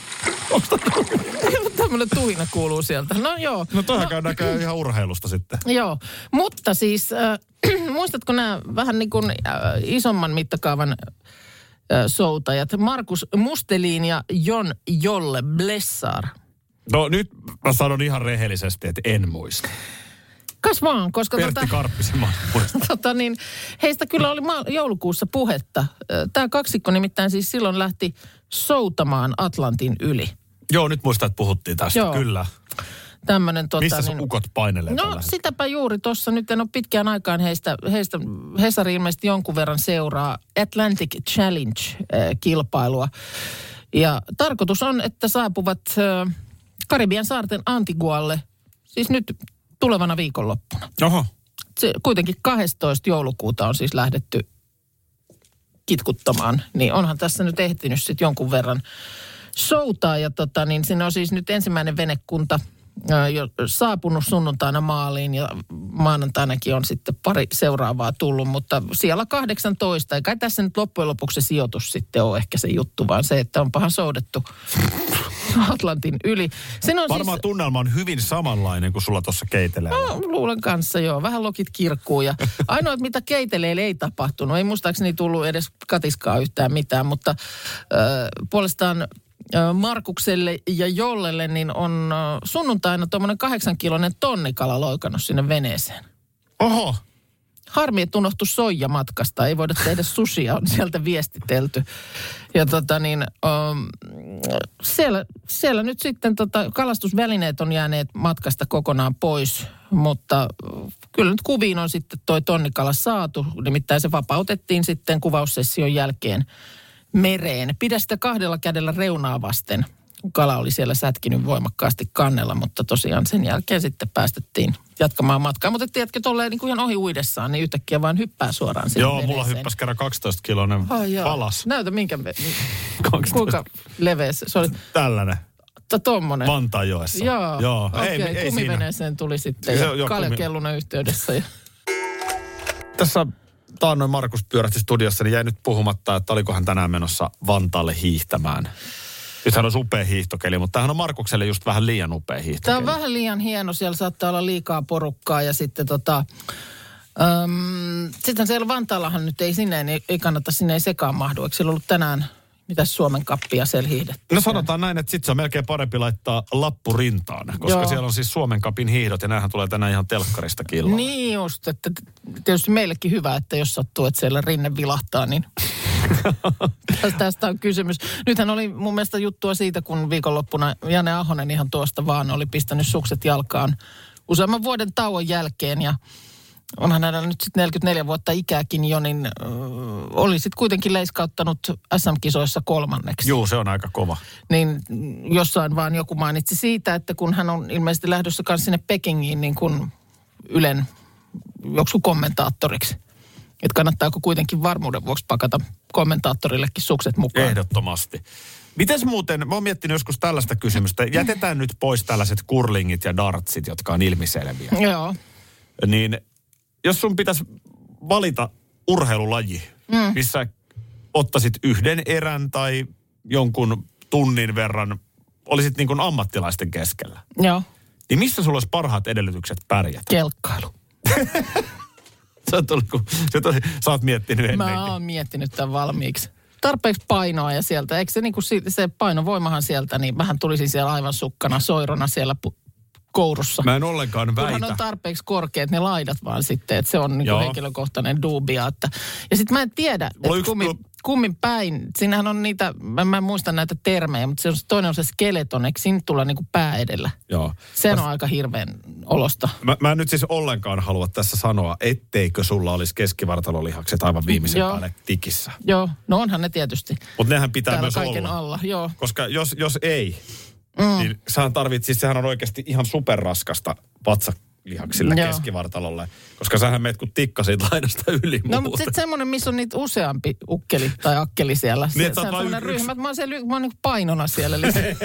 Tämmöinen tuhina kuuluu sieltä. No joo.
No toihan no. käydään käy ihan urheilusta sitten.
Joo, mutta siis äh, muistatko nämä vähän niin kuin äh, isomman mittakaavan äh, soutajat? Markus Mustelin ja Jon Jolle Blessar.
No nyt mä sanon ihan rehellisesti, että en muista.
Kas vaan, koska
Pertti
tota,
Karppisen mä muistan.
tota niin, heistä kyllä oli ma- joulukuussa puhetta. Tämä kaksikko nimittäin siis silloin lähti soutamaan Atlantin yli.
Joo, nyt muistan, että puhuttiin tästä,
Joo.
kyllä.
Tämmönen, tota,
Missä
niin,
sun ukot painelee
No
tällä hetkellä?
sitäpä juuri tuossa nyt en ole pitkään aikaan heistä, heistä Hesari ilmeisesti jonkun verran seuraa Atlantic Challenge-kilpailua. Ja tarkoitus on, että saapuvat äh, Karibian saarten Antigualle, siis nyt tulevana viikonloppuna.
Oho.
Se, kuitenkin kahdestoista joulukuuta on siis lähdetty kitkuttamaan, niin onhan tässä nyt ehtinyt sitten jonkun verran soutaa. Ja tota, niin sinne on siis nyt ensimmäinen venekunta ää, jo saapunut sunnuntaina maaliin ja maanantainakin on sitten pari seuraavaa tullut, mutta siellä kahdeksantoista, eikä tässä nyt loppujen lopuksi se sijoitus sitten ole ehkä se juttu, vaan se, että onpahan soudettu Atlantin yli. Sen on
Varmaan
siis,
tunnelma on hyvin samanlainen kuin sulla tuossa keitelee.
no, luulen kanssa joo, vähän lokit kirkkuu ja ainoa, mitä keiteleille ei tapahtunut, ei muistaakseni tullut edes katiskaa yhtään mitään, mutta äh, puolestaan äh, Markukselle ja Jollelle niin on äh, sunnuntaina tuommoinen kahdeksankiloinen tonnikala loikannut sinne veneeseen.
Oho.
Harmi, että unohtui soija matkasta. Ei voida tehdä sushia, on sieltä viestitelty. Ja tota niin, um, siellä, siellä nyt sitten tota, kalastusvälineet on jääneet matkasta kokonaan pois. Mutta kyllä nyt kuviin on sitten toi tonnikala saatu. Nimittäin se vapautettiin sitten kuvaussession jälkeen mereen. Pidä sitä kahdella kädellä reunaa vasten. Kala oli siellä sätkinyt voimakkaasti kannella, mutta tosiaan sen jälkeen sitten päästettiin jatkamaan matkaa. Mutta tiedätkö, tolleen niin kuin ihan ohi uidessaan, niin yhtäkkiä vaan hyppää suoraan sinne
Joo,
veneeseen.
mulla hyppäsi kerran kaksitoista-kiloinen
Ai jaa.
palas.
Näytä minkä, ve-
kaksitoista.
kuinka leveä se, se oli.
Tällainen.
To, tommonen.
Vantaanjoessa.
Joo,
Joo.
okei,
Ei, ei siinä.
kumiveneeseen tuli sitten
Se-
ja
joo,
kaljakelluna yhteydessä. Ja...
Tässä taannoin Markus pyörähti studiossa, niin jäi nyt puhumatta, että olikohan tänään menossa Vantaalle hiihtämään. Nythän on upea hiihtokeli, mutta tämähän on Markukselle just vähän liian upea hiihtokeli.
Tämä on vähän liian hieno, siellä saattaa olla liikaa porukkaa ja sitten tota... Öm, sitten siellä Vantaallahan nyt ei sinne, ei, ei kannata sinne ei sekaan mahdu. Eikö siellä ollut tänään, mitäs Suomen kappia siellä hiihdettiin?
No sanotaan näin, että sitten se on melkein parempi laittaa lappu rintaan, koska
Joo.
siellä on siis Suomen kapin hiihdot ja näähän tulee tänään ihan telkkarista killaan.
Niin just, että tietysti meillekin hyvä, että jos sattuu, että siellä rinne vilahtaa, niin Tästä on kysymys. Nythän oli mun mielestä juttua siitä, kun viikonloppuna Janne Ahonen ihan tuosta vaan oli pistänyt sukset jalkaan useamman vuoden tauon jälkeen. Ja onhan hänellä nyt sitten neljäkymmentäneljä vuotta ikääkin jo, niin ö, oli sitten kuitenkin leiskauttanut äs äm-kisoissa kolmanneksi.
Juu, se on aika kova.
Niin jossain vaan joku mainitsi siitä, että kun hän on ilmeisesti lähdössä kanssa sinne Pekingiin niin kuin Ylen joku kommentaattoriksi. Että kannattaako kuitenkin varmuuden vuoksi pakata kommentaattorillekin sukset mukaan.
Ehdottomasti. Mites muuten, mä oon miettinyt joskus tällaista kysymystä. Jätetään nyt pois tällaiset curlingit ja dartsit, jotka on ilmiselviä.
Joo.
Niin jos sun pitäisi valita urheilulaji, mm. missä ottaisit yhden erän tai jonkun tunnin verran, olisit niin kuin ammattilaisten keskellä.
Joo.
Niin missä sulla olisi parhaat edellytykset pärjätä?
Kelkkailu.
Sä oot, ollut, sä oot miettinyt ennenkin.
Mä oon miettinyt tämän valmiiksi. Tarpeeksi painoa ja sieltä, eikö se, niin kuin se painovoimahan sieltä, niin vähän tulisin siellä aivan sukkana, soirona siellä pu- kourussa.
Mä en ollenkaan väitä.
Kunhan on tarpeeksi korkeat ne laidat vaan sitten, että se on niin kuin henkilökohtainen duubia. Että. Ja sitten mä en tiedä, että kummin, tuo... kummin päin, siinähän on niitä, mä, mä en muista näitä termejä, mutta se on, toinen on se skeleton, eikö siinä tulla niin kuin pää edellä?
Joo.
Se on aika hirveän olosta.
Mä, mä en nyt siis ollenkaan halua tässä sanoa, etteikö sulla olisi keskivartalolihakset aivan viimeisen päälle tikissä.
Joo, no onhan ne tietysti.
Mutta nehän pitää
täällä
myös
kaiken
olla.
alla, joo.
Koska jos, jos ei, mm. niin sähän tarvit, siis sehän on oikeasti ihan superraskasta vatsalihaksille
joo.
keskivartalolle. Koska sähän meet kun tikka siitä laidasta yli
No mutta sitten semmoinen, missä on niitä useampi ukkeli tai akkeli siellä. Se,
niin,
se on semmoinen ryhmä, mä oon, siellä, mä oon niin painona siellä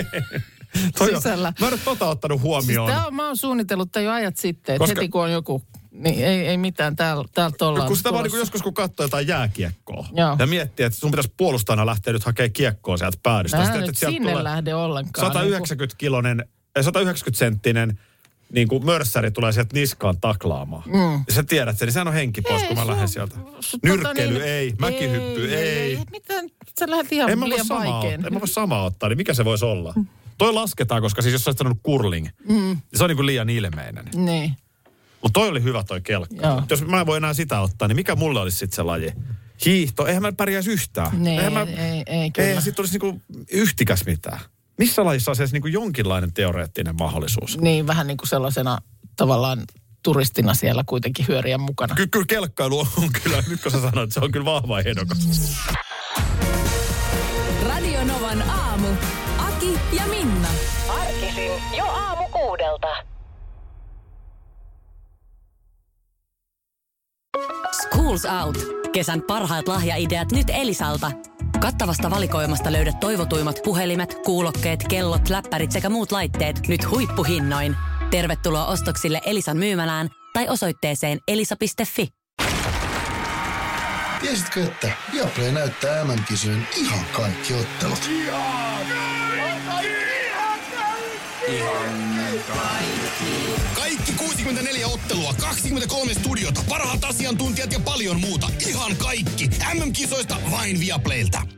sisällä.
Mä en ole tota ottanut huomioon.
Siis tää on, mä oon suunnitellut tämän jo ajat sitten, että koska... heti kun on joku, niin ei, ei mitään, täällä, täältä ollaan.
Kun sitä vaan niin joskus kun katsoo jotain jääkiekkoa
joo.
ja miettii, että sun pitäisi puolustajana lähteä nyt hakemaan kiekkoa sieltä päädystä.
Mä en nyt sinne lähde ollenkaan.
sata yhdeksänkymmentä-kilonen, sata yhdeksänkymmentä senttinen niin kuin mörssäri tulee sieltä niskaan taklaamaan. Mm. Ja sä tiedät sen, niin sehän on henki pois, ei, kun mä lähden sieltä. Nyrkkeily tota niin, ei, mäkihyppy ei. ei. ei.
Mitä? Sä lähdet ihan
en
liian vaikein.
En mä voi samaa ottaa, niin mikä se voisi olla? Mm. Toi lasketaan, koska siis jos sä oot sanonut curling, mm. se on niin kuin liian ilmeinen.
Niin.
Mutta toi oli hyvä toi kelkka. Jos mä en voi enää sitä ottaa, niin mikä mulle olisi sitten se laji? Hiihto, eihän mä pärjäisi yhtään.
Nee,
eihän mä,
ei, ei kyllä.
Eihän sit olisi niinku yhtikäs mitään. Missä lajissa on se niinku jonkinlainen teoreettinen mahdollisuus?
Niin, vähän niin kuin sellaisena tavallaan turistina siellä kuitenkin hyöriä mukana.
Ky- kyllä kelkkailu on kyllä, nyt kun sä sanoit, se on kyllä vahva ehdokas.
Radio Novan aamu. Aki ja Minna.
Arkisin jo aamu kuudelta.
Schools Out. Kesän parhaat lahjaideat nyt Elisalta. Kattavasta valikoimasta löydät toivotuimmat puhelimet, kuulokkeet, kellot, läppärit sekä muut laitteet nyt huippuhinnoin. Tervetuloa ostoksille Elisan myymälään tai osoitteeseen elisa piste fi.
Tiesitkö, että Viaplay näyttää äm äm-kisojen ihan kaikki ottelut?
Kaikki kuusikymmentäneljä ottelua, kaksikymmentäkolme studiota, parhaat asiantuntijat ja paljon muuta. Ihan kaikki. äm äm-kisoista vain Viaplaylta.